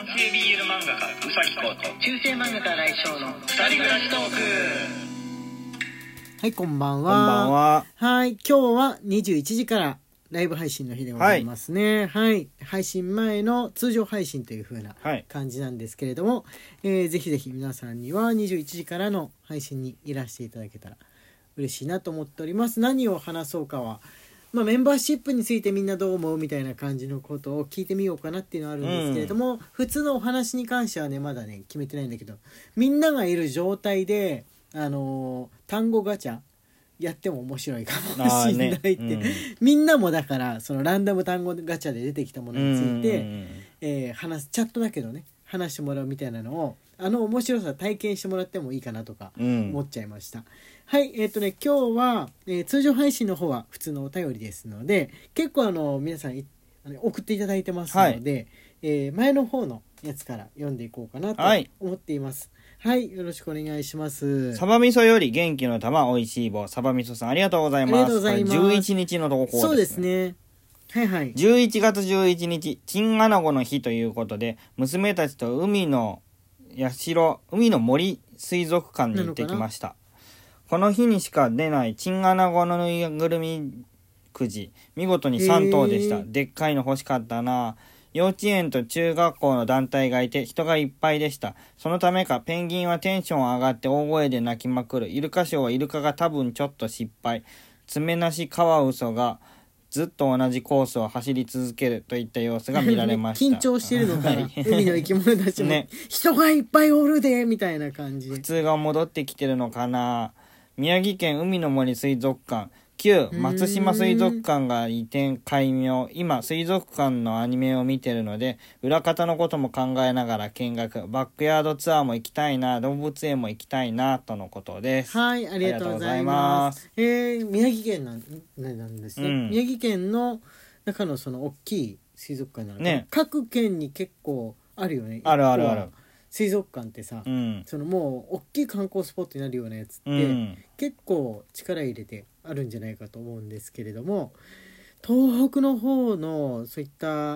男性 BL 漫画家うさぎこと中世漫画家来翔の二人暮らしトーク。 はい、こんばんは。 こんばんは。 はい、今日は21時からライブ配信の日でございますね。はい、配信前の通常配信という風な感じなんですけれども、ぜひぜひ皆さんには21時からの配信にいらしていただけたら嬉しいなと思っております。何を話そうかは、メンバーシップについてみんなどう思うみたいな感じのことを聞いてみようかなっていうのはあるんですけれども、普通のお話に関してはねまだね決めてないんだけど、みんながいる状態で単語ガチャやっても面白いかもしれないって、みんなもだからそのランダム単語ガチャで出てきたものについて、話すチャットだけどね話してもらうみたいなのを面白さ体験してもらってもいいかなとか思っちゃいました。はい、今日は、通常配信の方は普通のお便りですので、結構皆さん送っていただいてますので、前の方のやつから読んでいこうかなと思っています。はい、よろしくお願いします。 サバ味噌より元気の玉おいしい棒、サバ味噌さんありがとうございます。 ありがとうございます。 11日の投稿ですね。 そうですね。はいはい。 11月11日、チンアナゴの日ということで、娘たちと海の森水族館に行ってきました。この日にしか出ないチンアナゴのぬいぐるみくじ、見事に3頭でした。でっかいの欲しかったな。幼稚園と中学校の団体がいて人がいっぱいでした。そのためかペンギンはテンション上がって大声で泣きまくる。イルカショーはイルカが多分ちょっと失敗。爪なしカワウソがずっと同じコースを走り続けるといった様子が見られました。 緊張してるのかな海の生き物たちも、ね、人がいっぱいおるでみたいな感じで普通が戻ってきてるのかな。宮城県海の森水族館、旧松島水族館が移転改名。今水族館のアニメを見てるので裏方のことも考えながら見学。バックヤードツアーも行きたいな、動物園も行きたいなとのことです。 はい、ありがとうございます。宮城県なんですね、宮城県の中のその大きい水族館なので、ね、各県に結構あるよね。 ある水族館ってさ、そのもう大きい観光スポットになるようなやつって、結構力入れてあるんじゃないかと思うんですけれども、東北の方のそういった、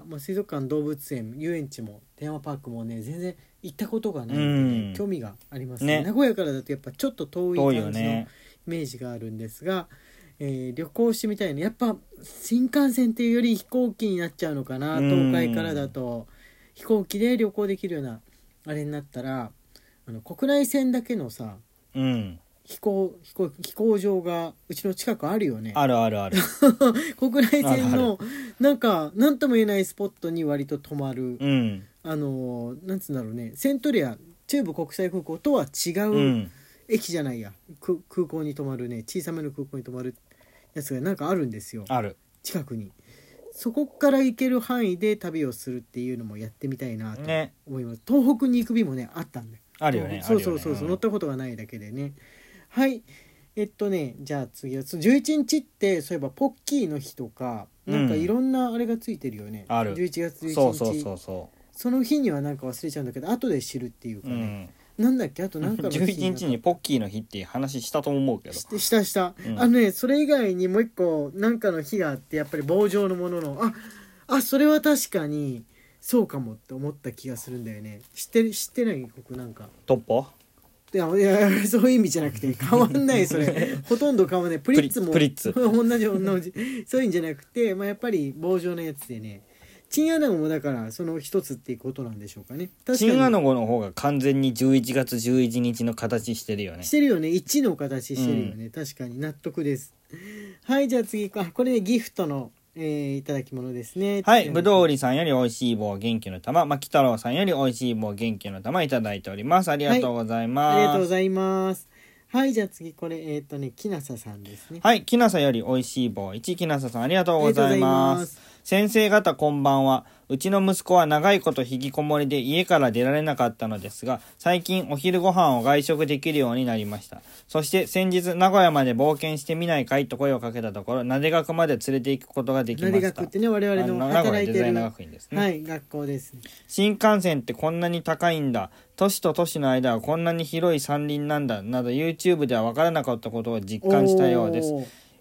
水族館、動物園、遊園地もテーマパークもね全然行ったことがないので、興味がありますね。名古屋からだとやっぱちょっと遠い感じのイメージがあるんですが、旅行してみたいね。やっぱ新幹線っていうより飛行機になっちゃうのかな。東海からだと飛行機で旅行できるようなあれになったら、国内線だけのさ、飛行場がうちの近くあるよね。 ある国内線のなんとも言えないスポットに割と泊まる、なんつうんだろうね、セントレア中部国際空港とは違う、駅じゃないや、空港に泊まるね、小さめの空港に泊まるやつがなんかあるんですよ。近くに。そこから行ける範囲で旅をするっていうのもやってみたいなと思います、東北に行く便もねあったんで。 あるよね。 そう、乗ったことがないだけでね。はい、じゃあ次は11日ってそういえばポッキーの日とか、なんかいろんなあれがついてるよね。11月11日。その日にはなんか忘れちゃうんだけど後で知るっていうかね、なんだっけ、あとなんかの日 11日にポッキーの日っていう話したと思うけど、 した、それ以外にもう一個なんかの日があって、やっぱり棒状のもののそれは確かにそうかもって思った気がするんだよね。知ってない？僕なんかトッポ？ いやそういう意味じゃなくて変わんないそれほとんど変わんない。プリッツも同じそういうんじゃなくて、やっぱり棒状のやつでね、チンアナゴもだからその一つっていうことなんでしょうかね。 チンアナゴの方が完全に11月11日の形してるよね。 してるよね。1の形してるよね、確かに納得です。はい、じゃあ次これねギフトの、いただき物ですね。 はい、ぶどう売りさんよりおいしい棒元気の玉、牧太郎さんよりおいしい棒元気の玉いただいております。ありがとうございます。 ありがとうございます。はい、じゃあ次これきなささんですね。 はい、きなさよりおいしい棒1、きなささんありがとうございます。先生方こんばんは。うちの息子は長いこと引きこもりで家から出られなかったのですが、最近お昼ご飯を外食できるようになりました。そして先日名古屋まで冒険してみないかいと声をかけたところ、なで学まで連れて行くことができました。なで学ってね、我々の働いてる名古屋デザイナー学院ですね。 はい、学校です。 新幹線ってこんなに高いんだ、都市と都市の間はこんなに広い山林なんだなど YouTube では分からなかったことを実感したようです。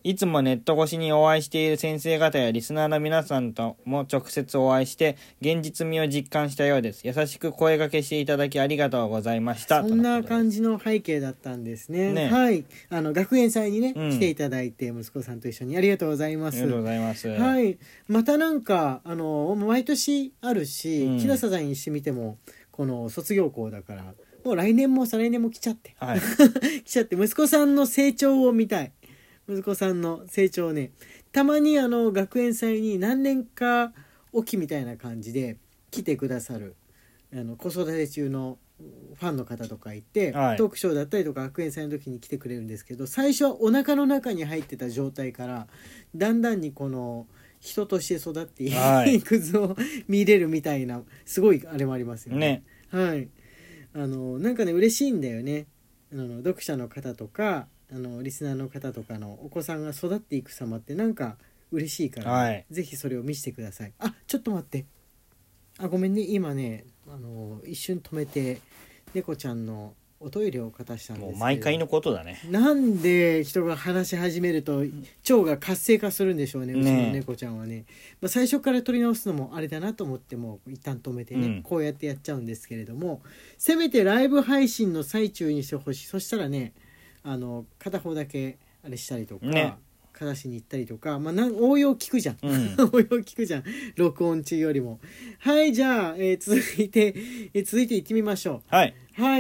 いつもネット越しにお会いしている先生方やリスナーの皆さんとも直接お会いして現実味を実感したようです。優しく声掛けしていただきありがとうございました。 そんな感じの背景だったんですね。はい、学園祭にね、来ていただいて息子さんと一緒にありがとうございます。 ありがとうございます。 はい、またなんか毎年あるし、木田さんにしてみてもこの卒業校だからもう来年も再来年も来ちゃって、はい、来ちゃって息子さんの成長を見たい。息子さんの成長をね、たまに学園祭に何年かおきみたいな感じで来てくださる子育て中のファンの方とかいて、はい、トークショーだったりとか学園祭の時に来てくれるんですけど、最初はお腹の中に入ってた状態からだんだんにこの人として育っていく図を見れるみたいな、すごいあれもありますよね。はい、なんかね嬉しいんだよね。読者の方とかリスナーの方とかのお子さんが育っていく様ってなんか嬉しいから、はい、ぜひそれを見せてください。あ、ちょっと待って、ごめんね、今ね一瞬止めて猫ちゃんのおトイレを片したんですけど、もう毎回のことだね。 なんで人が話し始めると腸が活性化するんでしょうね、うちの猫ちゃんはね。最初から取り直すのもあれだなと思っても一旦止めてね、こうやってやっちゃうんですけれども、せめてライブ配信の最中にしてほしい。そしたらね片方だけあれしたりとか、かざしに行ったりとか、応用聞くじゃん、応用聞くじゃん、録音中よりも。はい、じゃあ、続いて行ってみましょう。はい、はい、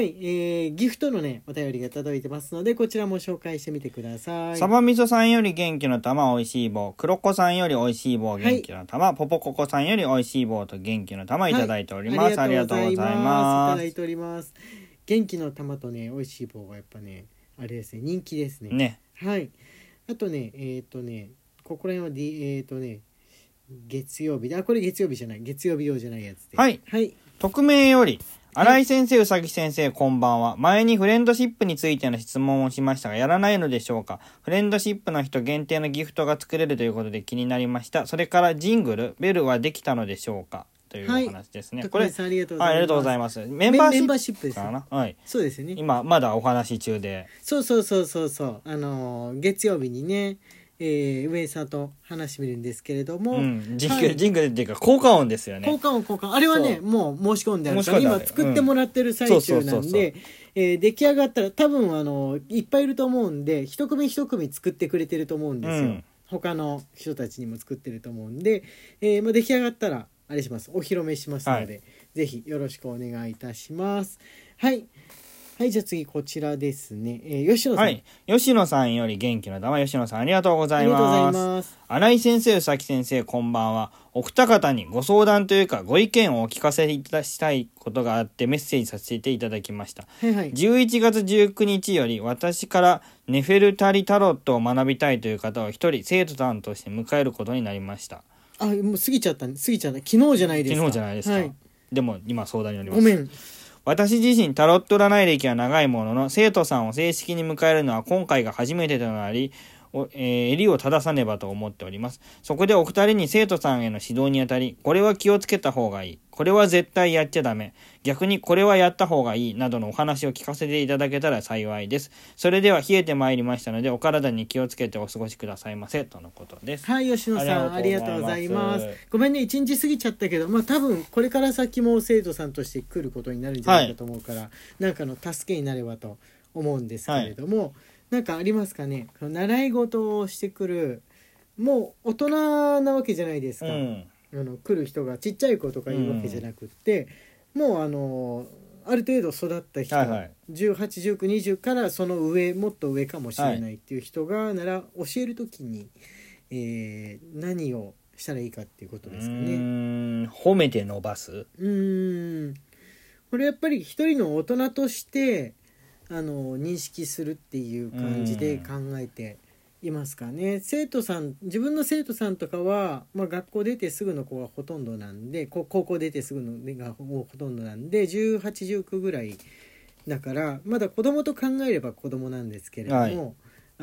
ギフトのねお便りが届いてますのでこちらも紹介してみてください。 サバみそさんより元気の玉おいしい棒、黒子さんよりおいしい棒元気の玉、ポポココさんよりおいしい棒と元気の玉いただいております。ありがとうございます。 いただいております。元気の玉とねおいしい棒がやっぱねあれですね、人気ですね。はい。あとねここら辺は月曜日で、これ月曜日じゃない、月曜日用じゃないやつで。はい、はい、 匿名より新井先生、うさぎ先生、こんばんは。前にフレンドシップについての質問をしましたが、やらないのでしょうか。フレンドシップの人限定のギフトが作れるということで気になりました。それからジングル、ベルはできたのでしょうかというお話ですね。 これありがとうございます。 メンバーシップですかな。はい。 そうですね。 今まだお話中で。 そう。月曜日にね。上さんと話してみるんですけれども、 ジングルっていうか効果音ですよね。 効果音あれはねもう申し込んであるから今作ってもらってる最中なんで、出来上がったら多分いっぱいいると思うんで一組一組作ってくれてると思うんですよ、他の人たちにも作ってると思うんで、出来上がったらあれします、お披露目しますので、ぜひよろしくお願いいたします。はい、じゃあ次こちらですね、吉野さん。はい、 吉野さんより元気の玉、吉野さんありがとうございます。ありがとうございます。新井先生、宇崎先生、こんばんは。お二方にご相談というかご意見をお聞かせしたいことがあってメッセージさせていただきました。11月19日より私からネフェルタリタロットを学びたいという方を一人生徒さんとして迎えることになりました。 もう過ぎちゃった。昨日じゃないですか。 昨日じゃないですか。でも今相談に乗ります。 ごめん。 私自身タロット占い歴は長いものの、生徒さんを正式に迎えるのは今回が初めてとなり、襟を正さねばと思っております。そこでお二人に生徒さんへの指導にあたり、これは気をつけた方がいい、これは絶対やっちゃダメ、逆にこれはやった方がいいなどのお話を聞かせていただけたら幸いです。それでは冷えてまいりましたのでお体に気をつけてお過ごしくださいませとのことです。 はい、吉野さんありがとうございます。ごめんね、1日過ぎちゃったけど、多分これから先も生徒さんとして来ることになるんじゃないかと思うから、なんかの助けになればと思うんですけれども、なんかありますかね。習い事をしてくるもう大人なわけじゃないですか、来る人がちっちゃい子とかいうわけじゃなくって、もうある程度育った人、18、19、20からその上もっと上かもしれないっていう人がなら教えるときに、何をしたらいいかっていうことですかね。 褒めて伸ばす。 これやっぱり一人の大人として認識するっていう感じで考えていますかね。生徒さん、自分の生徒さんとかは、学校出てすぐの子がほとんどなんで、高校出てすぐのがほとんどなんで18、19ぐらいだからまだ子供と考えれば子供なんですけれども、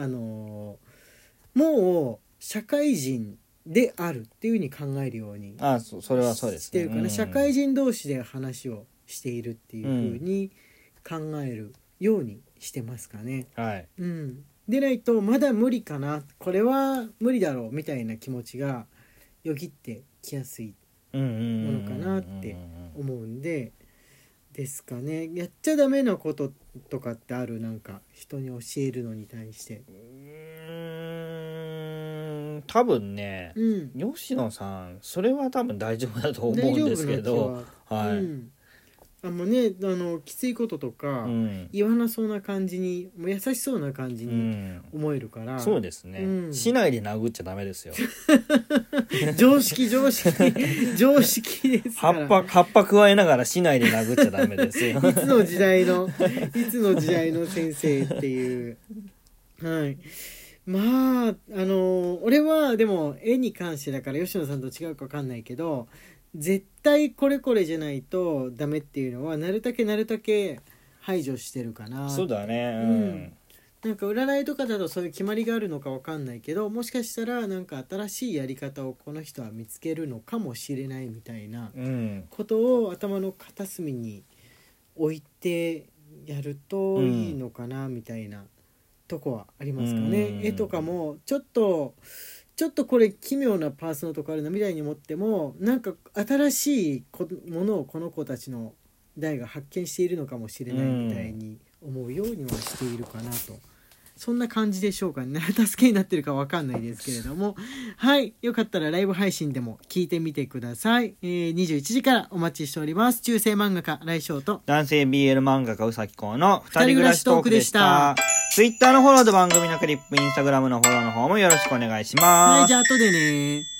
もう社会人であるっていう風に考えるようにそれはそうですね、 してるかな、社会人同士で話をしているっていう風に考えるようにしてますかね。 でないとまだ無理かな、これは無理だろうみたいな気持ちがよぎってきやすいものかなって思うんでですかね。やっちゃダメなこととかってある？なんか人に教えるのに対して。 多分ね、吉野さんそれは多分大丈夫だと思うんですけど、はい、 もうね、きついこととか、言わなそうな感じに、もう優しそうな感じに思えるから、 そうですね、しないで殴っちゃダメですよ常識ですから。 葉っぱ加えながらしないで殴っちゃダメですよいつの時代の先生っていう。はい。まあ俺はでも絵に関してだから吉野さんと違うか分かんないけど、絶対これじゃないとダメっていうのはなるだけ排除してるかな。 そうだね、 なんか占いとかだとそういう決まりがあるのか分かんないけど、もしかしたらなんか新しいやり方をこの人は見つけるのかもしれないみたいなことを頭の片隅に置いてやるといいのかなみたいなとこはありますかね。絵とかもちょっとこれ奇妙なパーツのとこあるなみたいに思っても、なんか新しいものをこの子たちの代が発見しているのかもしれないみたいに思うようにはしているかなと、そんな感じでしょうかね。助けになってるか分かんないですけれども、はい、よかったらライブ配信でも聞いてみてください。21時からお待ちしております。中世漫画家来翔と男性 BL 漫画家うさきこうの二人暮らしトークでした。Twitter のフォローと番組のクリップ、Instagram のフォローの方もよろしくお願いします。 はい、じゃあ後でね。